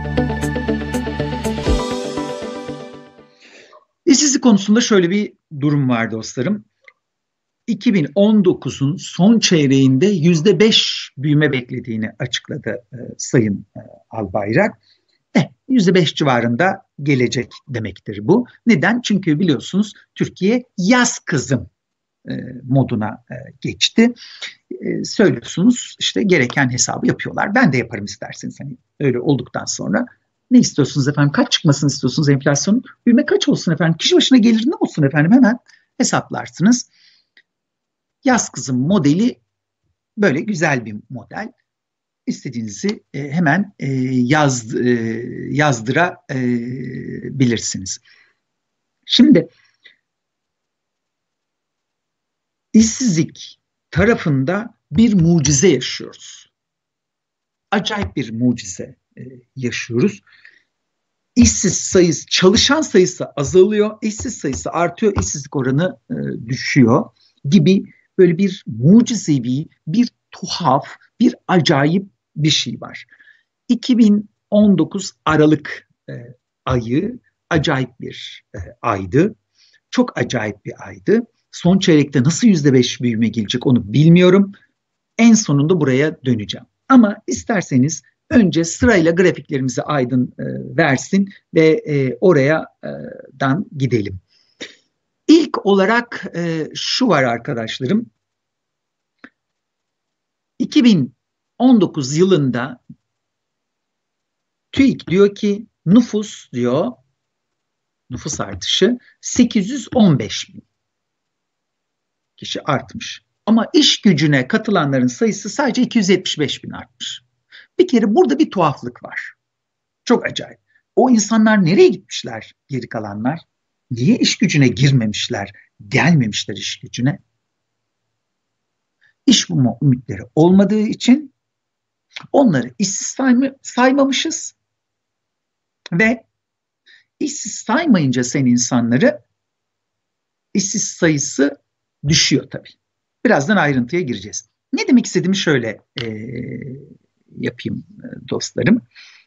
İşsizlik konusunda şöyle bir durum var dostlarım. 2019'un son çeyreğinde %5 büyüme beklediğini açıkladı Sayın Albayrak. %5 civarında gelecek demektir bu. Neden? Çünkü biliyorsunuz Türkiye yaz kızım moduna geçti. Söylüyorsunuz işte gereken hesabı yapıyorlar. Ben de yaparım isterseniz hani öyle olduktan sonra. Ne istiyorsunuz efendim? Kaç çıkmasını istiyorsunuz enflasyonun? Büyüme kaç olsun efendim? Kişi başına gelir ne olsun efendim? Hemen hesaplarsınız. Yaz kızım modeli böyle güzel bir model. İstediğinizi hemen yazdırabilirsiniz. Şimdi işsizlik tarafında bir mucize yaşıyoruz. Acayip bir mucize yaşıyoruz. İşsiz sayısı, çalışan sayısı azalıyor, işsiz sayısı artıyor, işsizlik oranı düşüyor gibi böyle bir mucizevi, bir tuhaf, bir acayip bir şey var. 2019 Aralık ayı acayip bir aydı. Çok acayip bir aydı. Son çeyrekte nasıl %5 büyüme gelecek onu bilmiyorum. En sonunda buraya döneceğim. Ama isterseniz önce sırayla grafiklerimizi Aydın versin ve oradan gidelim. İlk olarak şu var arkadaşlarım. 2019 yılında TÜİK diyor ki nüfus artışı 815 bin kişi artmış. Ama iş gücüne katılanların sayısı sadece 275 bin artmış. Bir kere burada bir tuhaflık var. Çok acayip. O insanlar nereye gitmişler geri kalanlar? Niye iş gücüne girmemişler, gelmemişler iş gücüne? İş bulma ümitleri olmadığı için onları işsiz saymamışız ve işsiz saymayınca sen insanları işsiz sayısı düşüyor tabii. Birazdan ayrıntıya gireceğiz. Ne demek istediğimi şöyle yapayım dostlarım.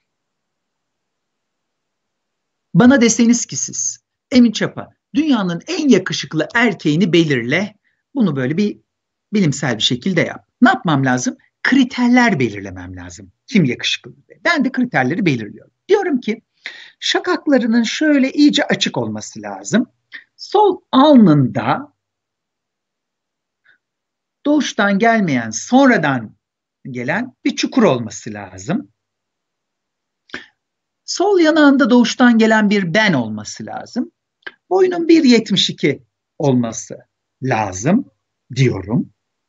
Bana deseniz ki siz, Emin Çapa, dünyanın en yakışıklı erkeğini belirle, bunu böyle bir bilimsel bir şekilde yap. Ne yapmam lazım? Kriterler belirlemem lazım. Kim yakışıklı? Ben de kriterleri belirliyorum. Diyorum ki şakaklarının şöyle iyice açık olması lazım. Sol alnında doğuştan gelmeyen, sonradan gelen bir çukur olması lazım. Sol yanağında doğuştan gelen bir ben olması lazım. Boyunun 1.72 olması lazım diyorum.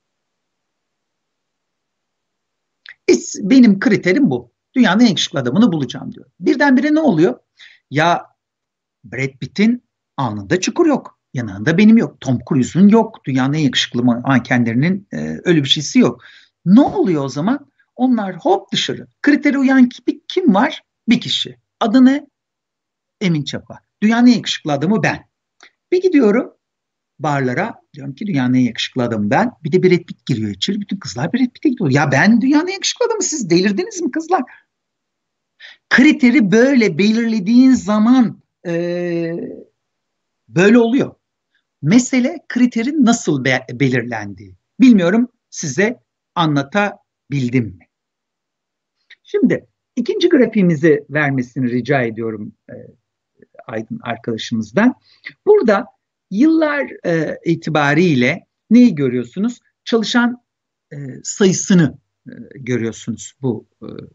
Benim kriterim bu. Dünyanın en yakışıklı adamını bulacağım diyor. Birdenbire ne oluyor? Ya Brad Pitt'in alnında çukur yok. Yanağında benim yok. Tom Cruise'un yok. Dünyanın en yakışıklı mankenlerinin öyle bir şeysi yok. Ne oluyor o zaman? Onlar hop dışarı. Kritere uyan kim var? Bir kişi. Adı ne? Emin Çapa. Dünyanın en yakışıklı adamı ben. Bir gidiyorum barlara, diyorum ki dünyanın en yakışıklı adamı ben. Bir de Brad Pitt giriyor içeri. Bütün kızlar Brad Pitt'e gidiyor. Ya ben dünyanın en yakışıklı adamı, siz delirdiniz mi kızlar? Kriteri böyle belirlediğin zaman böyle oluyor. Mesele kriterin nasıl belirlendiği. Bilmiyorum size anlatabildim mi? Şimdi ikinci grafiğimizi vermesini rica ediyorum Aydın arkadaşımızdan. Burada yıllar itibariyle neyi görüyorsunuz? Çalışan sayısını görüyorsunuz bu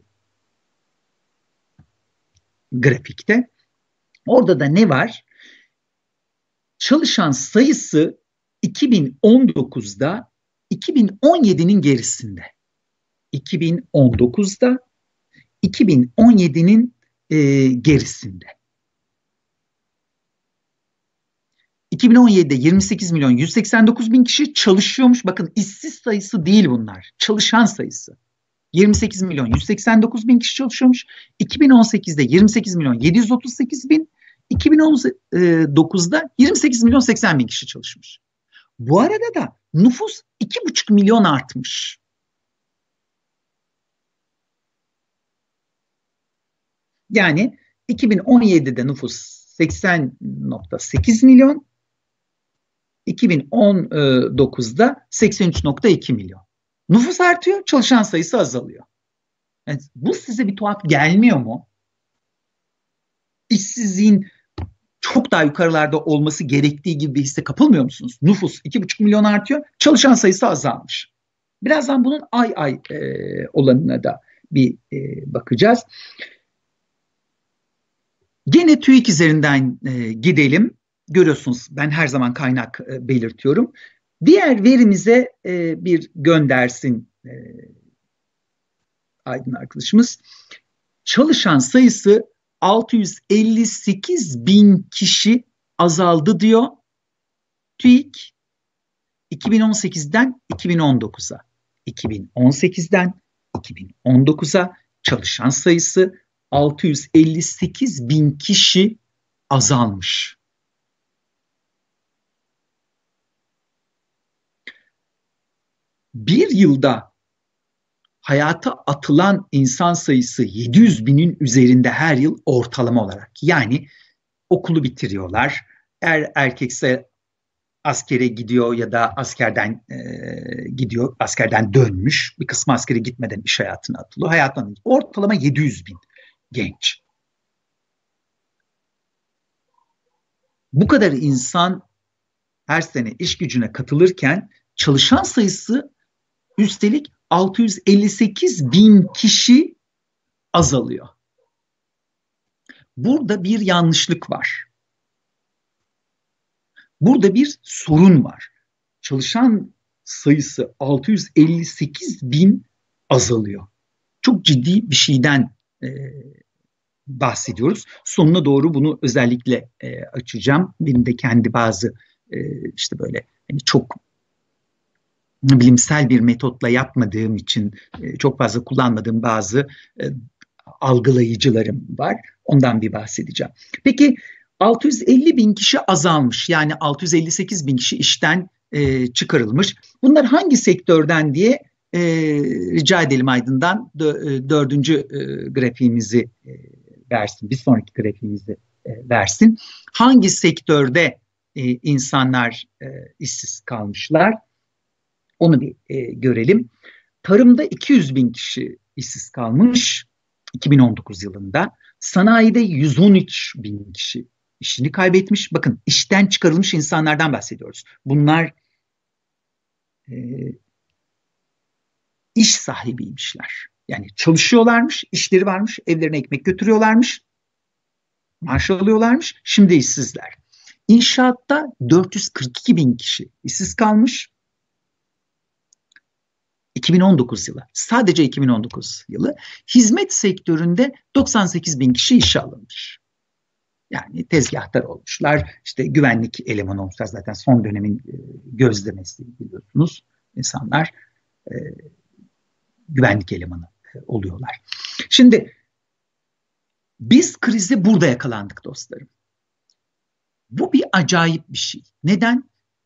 grafikte. Orada da ne var? Çalışan sayısı 2019'da 2017'nin gerisinde. 2019'da 2017'nin gerisinde. 2017'de 28 milyon 189 bin kişi çalışıyormuş. Bakın işsiz sayısı değil bunlar. Çalışan sayısı. 28 milyon 189 bin kişi çalışıyormuş. 2018'de 28 milyon 738 bin. 2019'da 28 milyon 80 bin kişi çalışmış. Bu arada da nüfus 2,5 milyon artmış. Yani 2017'de nüfus 80,8 milyon, 2019'da 83,2 milyon. Nüfus artıyor, çalışan sayısı azalıyor. Yani bu size bir tuhaf gelmiyor mu? İşsizliğin çok daha yukarılarda olması gerektiği gibi bir hisse kapılmıyor musunuz? Nüfus 2,5 milyon artıyor, çalışan sayısı azalmış. Birazdan bunun ay ay olanına da bir bakacağız. Gene TÜİK üzerinden gidelim. Görüyorsunuz ben her zaman kaynak belirtiyorum. Diğer verimize bir göndersin Aydın arkadaşımız. Çalışan sayısı 658 bin kişi azaldı diyor TÜİK 2018'den 2019'a. 2018'den 2019'a çalışan sayısı 658 bin kişi azalmış. Bir yılda hayata atılan insan sayısı 700 binin üzerinde her yıl ortalama olarak. Yani okulu bitiriyorlar. Eğer erkekse askere gidiyor ya da askerden gidiyor, askerden dönmüş. Bir kısmı askere gitmeden iş hayatına atılıyor. Hayattan ortalama 700 bin genç. Bu kadar insan her sene iş gücüne katılırken çalışan sayısı üstelik 658 bin kişi azalıyor. Burada bir yanlışlık var. Burada bir sorun var. Çalışan sayısı 658 bin azalıyor. Çok ciddi bir şeyden bahsediyoruz. Sonuna doğru bunu özellikle açacağım. Benim de kendi bazı işte böyle hani çok bilimsel bir metotla yapmadığım için çok fazla kullanmadığım bazı algılayıcılarım var. Ondan bir bahsedeceğim. Peki 650 bin kişi azalmış. Yani 658 bin kişi işten çıkarılmış. Bunlar hangi sektörden diye rica edelim Aydın'dan dördüncü grafiğimizi versin. Bir sonraki grafiğimizi versin. Hangi sektörde insanlar işsiz kalmışlar? Onu bir görelim. Tarımda 200 bin kişi işsiz kalmış 2019 yılında. Sanayide 113 bin kişi işini kaybetmiş. Bakın işten çıkarılmış insanlardan bahsediyoruz. Bunlar iş sahibiymişler. Yani çalışıyorlarmış, işleri varmış, evlerine ekmek götürüyorlarmış, maaş alıyorlarmış, şimdi işsizler. İnşaatta 442 bin kişi işsiz kalmış. 2019 yılı, sadece 2019 yılı. Hizmet sektöründe 98 bin kişi işe alınmış. Yani tezgahtar olmuşlar, işte güvenlik elemanı olmuşlar. Zaten son dönemin gözlemesi biliyorsunuz. İnsanlar güvenlik elemanı oluyorlar. Şimdi biz krize burada yakalandık dostlarım. Bu bir acayip bir şey. Neden?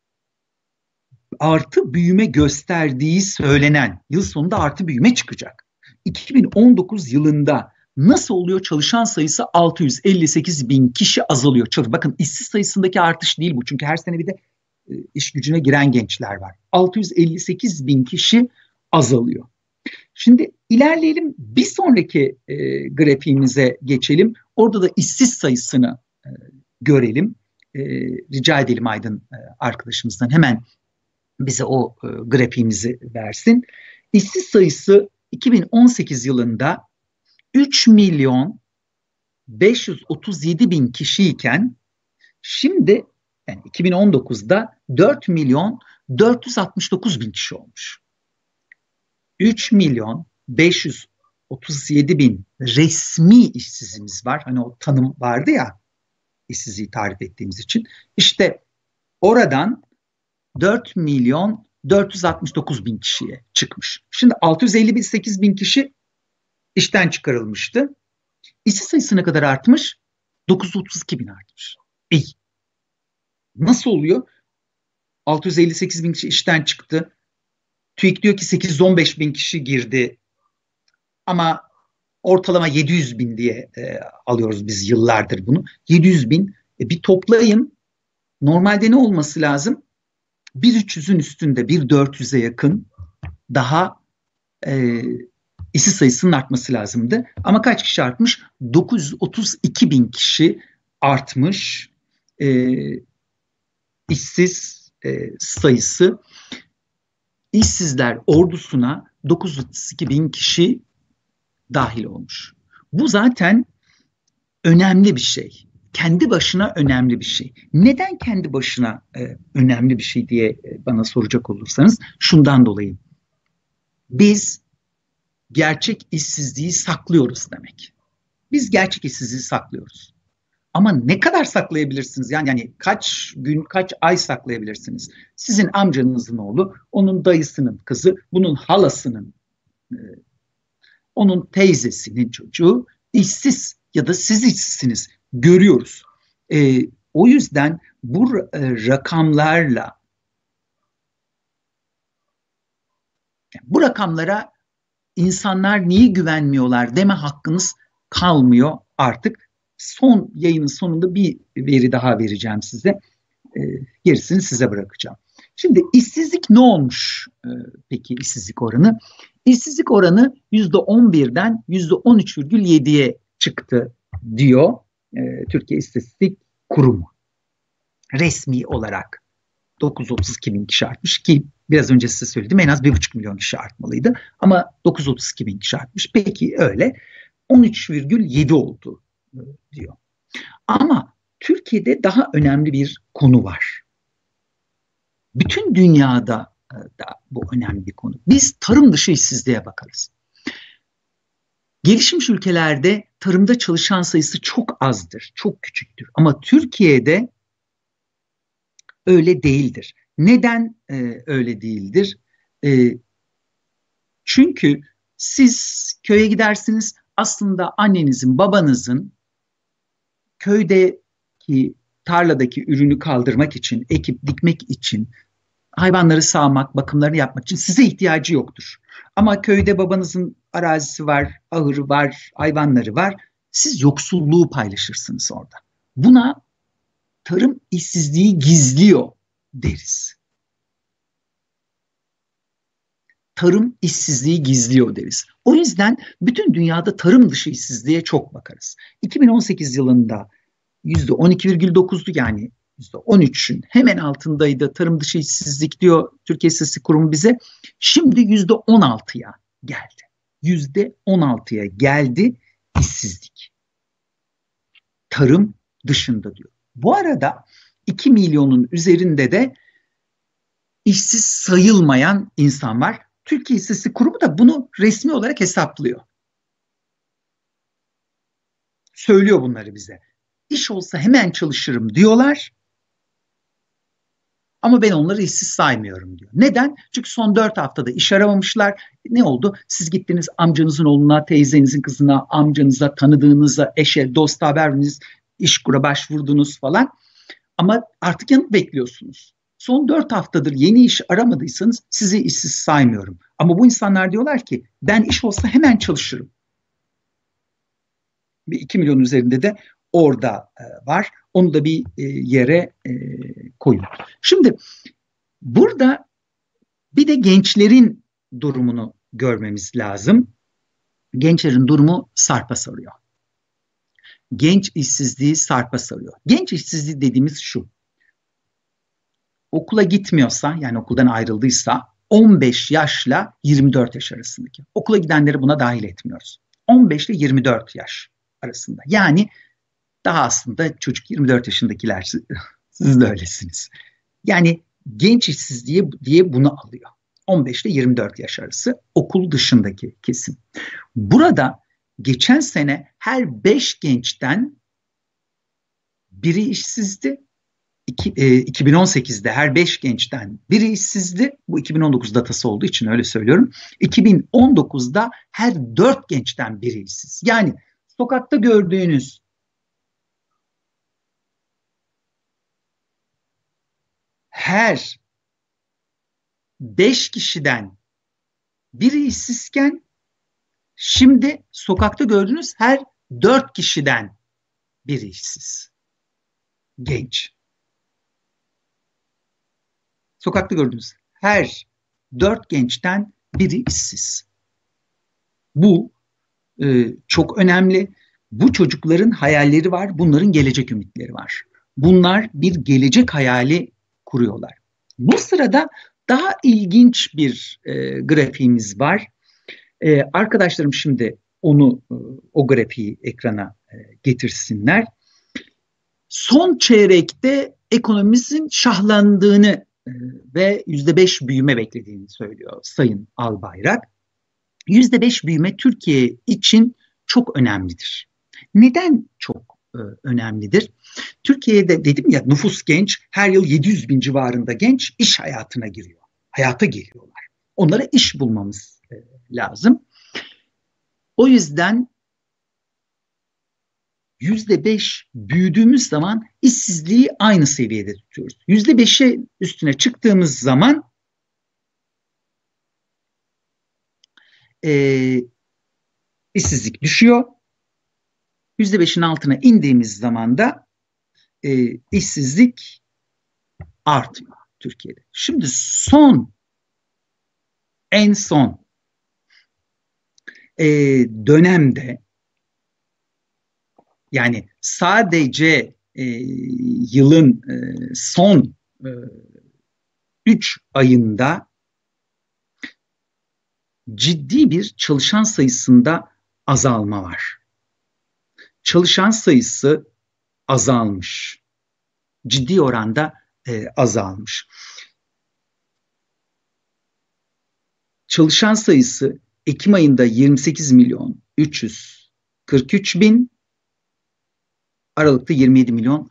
Artı büyüme gösterdiği söylenen yıl sonunda artı büyüme çıkacak. 2019 yılında nasıl oluyor çalışan sayısı 658 bin kişi azalıyor. Bakın işsiz sayısındaki artış değil bu. Çünkü her sene bir de iş gücüne giren gençler var. 658 bin kişi azalıyor. Şimdi ilerleyelim, bir sonraki grafiğimize geçelim. Orada da işsiz sayısını görelim. Rica edelim Aydın arkadaşımızdan hemen bize o grafiğimizi versin. İşsiz sayısı 2018 yılında 3 milyon 537 bin kişiyken şimdi yani 2019'da 4 milyon 469 bin kişi olmuş. 3 milyon 537 bin resmi işsizimiz var. Hani o tanım vardı ya işsizliği tarif ettiğimiz için. İşte oradan 4 milyon 469 bin kişiye çıkmış. Şimdi 658 bin kişi işten çıkarılmıştı. İşsiz sayısı ne kadar artmış? 932 bin artmış. Nasıl oluyor? 658 bin kişi işten çıktı. TÜİK diyor ki 815 bin kişi girdi. Ama ortalama 700 bin diye alıyoruz biz yıllardır bunu. 700 bin bir toplayın. Normalde ne olması lazım? 1.300'ün üstünde 1.400'e yakın daha işsiz sayısının artması lazımdı. Ama kaç kişi artmış? 932 bin kişi artmış işsiz sayısı. İşsizler ordusuna 932 bin kişi dahil olmuş. Bu zaten önemli bir şey. Kendi başına önemli bir şey. Neden kendi başına önemli bir şey diye bana soracak olursanız şundan dolayı. Biz gerçek işsizliği saklıyoruz demek. Biz gerçek işsizliği saklıyoruz. Ama ne kadar saklayabilirsiniz? Yani kaç gün, kaç ay saklayabilirsiniz? Sizin amcanızın oğlu, onun dayısının kızı, bunun halasının, onun teyzesinin çocuğu işsiz ya da siz işsizsiniz. Görüyoruz. O yüzden bu rakamlara insanlar niye güvenmiyorlar deme hakkınız kalmıyor artık. Son yayının sonunda bir veri daha vereceğim size. Gerisini size bırakacağım. Şimdi işsizlik ne olmuş peki işsizlik oranı? İşsizlik oranı %11'den %13,7'ye çıktı diyor Türkiye İstatistik Kurumu. Resmi olarak 932 bin kişi artmış ki biraz önce size söyledim en az 1,5 milyon kişi artmalıydı. Ama 932 bin kişi artmış. Peki öyle 13,7 oldu diyor. Ama Türkiye'de daha önemli bir konu var. Bütün dünyada da bu önemli bir konu. Biz tarım dışı işsizliğe bakarız. Gelişmiş ülkelerde tarımda çalışan sayısı çok azdır, çok küçüktür. Ama Türkiye'de öyle değildir. Neden öyle değildir? Çünkü siz köye gidersiniz, aslında annenizin, babanızın köydeki tarladaki ürünü kaldırmak için, ekip dikmek için, hayvanları sağmak, bakımlarını yapmak için size ihtiyacı yoktur. Ama köyde babanızın arazisi var, ahırı var, hayvanları var. Siz yoksulluğu paylaşırsınız orada. Buna tarım işsizliği gizliyor deriz. Tarım işsizliği gizliyor deriz. O yüzden bütün dünyada tarım dışı işsizliğe çok bakarız. 2018 yılında %12,9'du yani %13'ün hemen altındaydı tarım dışı işsizlik diyor Türkiye İstatistik Kurumu bize. Şimdi %16'ya geldi. %16'ya geldi işsizlik. Tarım dışında diyor. Bu arada 2 milyonun üzerinde de işsiz sayılmayan insan var. Türkiye İstatistik Kurumu da bunu resmi olarak hesaplıyor. Söylüyor bunları bize. İş olsa hemen çalışırım diyorlar. Ama ben onları işsiz saymıyorum diyor. Neden? Çünkü son 4 haftada iş aramamışlar. Ne oldu? Siz gittiniz amcanızın oğluna, teyzenizin kızına, amcanıza, tanıdığınıza, eşe, dosta haber verdiniz, İşkur'a başvurdunuz falan. Ama artık yanıt bekliyorsunuz. Son 4 haftadır yeni iş aramadıysanız sizi işsiz saymıyorum. Ama bu insanlar diyorlar ki ben iş olsa hemen çalışırım. Bir 2 milyon üzerinde de orada var. Onu da bir yere koyun. Şimdi burada bir de gençlerin durumunu görmemiz lazım. Gençlerin durumu sarpa sarıyor. Genç işsizliği sarpa sarıyor. Genç işsizliği dediğimiz şu. Okula gitmiyorsa yani okuldan ayrıldıysa 15 yaşla 24 yaş arasındaki. Okula gidenleri buna dahil etmiyoruz. 15 ile 24 yaş arasında. Yani daha aslında çocuk 24 yaşındakiler siz de öylesiniz. Yani genç işsizliği diye bunu alıyor. 15 ile 24 yaş arası okul dışındaki kesim. Burada geçen sene her 5 gençten biri işsizdi. 2018'de her 5 gençten biri işsizdi. Bu 2019 datası olduğu için öyle söylüyorum. 2019'da her 4 gençten biri işsiz. Yani sokakta gördüğünüz her 5 kişiden biri işsizken Şimdi sokakta gördüğünüz her 4 kişiden biri işsiz. Genç. Sokakta gördüğünüz her 4 gençten biri işsiz. Bu çok önemli. Bu çocukların hayalleri var, bunların gelecek ümitleri var. Bunlar bir gelecek hayali kuruyorlar. Bu sırada daha ilginç bir grafiğimiz var. Arkadaşlarım şimdi o grafiği ekrana getirsinler. Son çeyrekte ekonomimizin şahlandığını ve %5 büyüme beklediğini söylüyor Sayın Albayrak. %5 büyüme Türkiye için çok önemlidir. Neden çok önemlidir? Türkiye'de dedim ya, nüfus genç, her yıl 700 bin civarında genç iş hayatına giriyor. Hayata geliyorlar. Onlara iş bulmamız lazım. O yüzden %5 büyüdüğümüz zaman işsizliği aynı seviyede tutuyoruz. %5'e üstüne çıktığımız zaman işsizlik düşüyor. %5'in altına indiğimiz zaman da işsizlik artıyor Türkiye'de. Şimdi en son dönemde, yani sadece yılın son 3 ayında ciddi bir çalışan sayısında azalma var. Çalışan sayısı azalmış. Ciddi oranda azalmış. Çalışan sayısı Ekim ayında 28 milyon 343 bin, Aralık'ta 27 milyon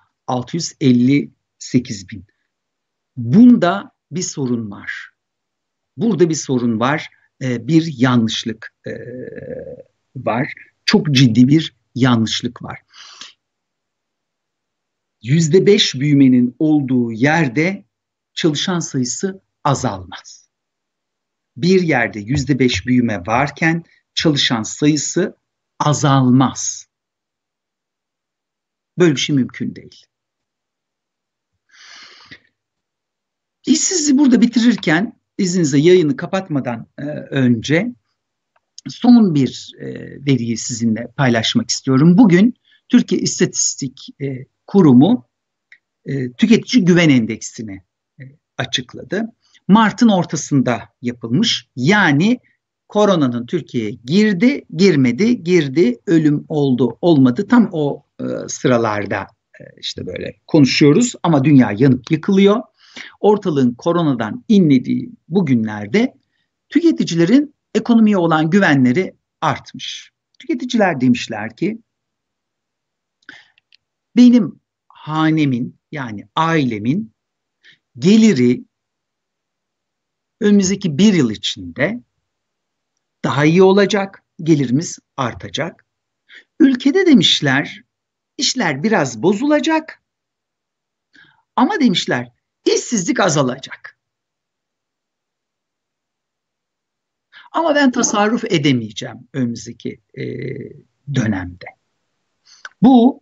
658 bin. Bunda bir sorun var. Burada bir sorun var. Bir yanlışlık var. Çok ciddi bir yanlışlık var. %5 büyümenin olduğu yerde çalışan sayısı azalmaz. Bir yerde %5 büyüme varken çalışan sayısı azalmaz. Böyle bir şey mümkün değil. İşsizliği burada bitirirken, izninizle yayını kapatmadan önce son bir veriyi sizinle paylaşmak istiyorum. Bugün Türkiye İstatistik Kurumu Tüketici Güven Endeksini açıkladı. Mart'ın ortasında yapılmış. Yani koronanın Türkiye'ye girdi, girmedi, girdi, ölüm oldu, olmadı. Tam o sıralarda işte böyle konuşuyoruz ama dünya yanıp yıkılıyor. Ortalığın koronadan inlediği bu günlerde tüketicilerin ekonomiye olan güvenleri artmış. Tüketiciler demişler ki, benim hanemin, yani ailemin geliri önümüzdeki bir yıl içinde daha iyi olacak, gelirimiz artacak. Ülkede demişler, işler biraz bozulacak ama demişler işsizlik azalacak. Ama ben tasarruf edemeyeceğim önümüzdeki dönemde. Bu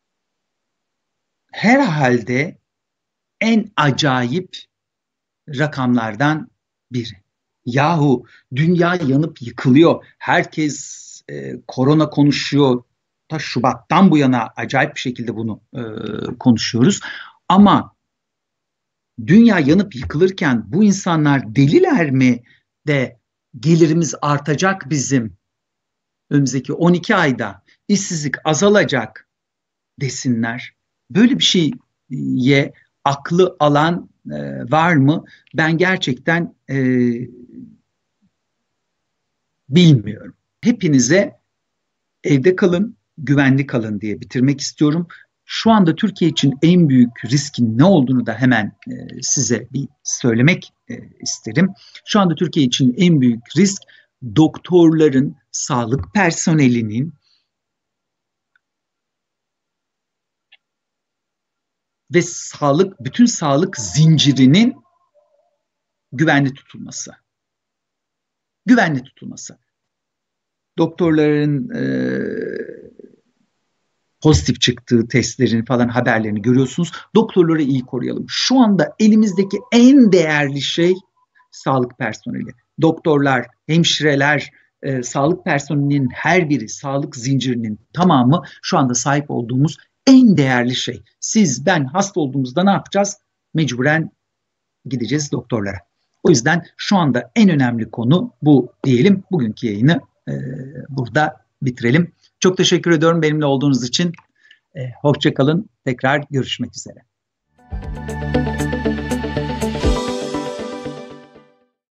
herhalde en acayip rakamlardan biri. Yahu dünya yanıp yıkılıyor. Herkes korona konuşuyor. Ta Şubat'tan bu yana acayip bir şekilde bunu konuşuyoruz. Ama dünya yanıp yıkılırken bu insanlar deliler mi de gelirimiz artacak bizim önümüzdeki 12 ayda, işsizlik azalacak desinler. Böyle bir şeye aklı alan var mı? Ben gerçekten bilmiyorum. Hepinize evde kalın, güvenli kalın diye bitirmek istiyorum. Şu anda Türkiye için en büyük riskin ne olduğunu da hemen size bir söylemek isterim. Şu anda Türkiye için en büyük risk doktorların, sağlık personelinin ve bütün sağlık zincirinin güvenli tutulması. Güvenli tutulması. doktorların pozitif çıktığı testlerini falan haberlerini görüyorsunuz. Doktorları iyi koruyalım. Şu anda elimizdeki en değerli şey sağlık personeli. Doktorlar, hemşireler, sağlık personelinin her biri, sağlık zincirinin tamamı şu anda sahip olduğumuz en değerli şey. Siz, ben hasta olduğumuzda ne yapacağız? Mecburen gideceğiz doktorlara. O yüzden şu anda en önemli konu bu diyelim. Bugünkü yayını burada bitirelim. Çok teşekkür ediyorum benimle olduğunuz için. Hoşça kalın. Tekrar görüşmek üzere.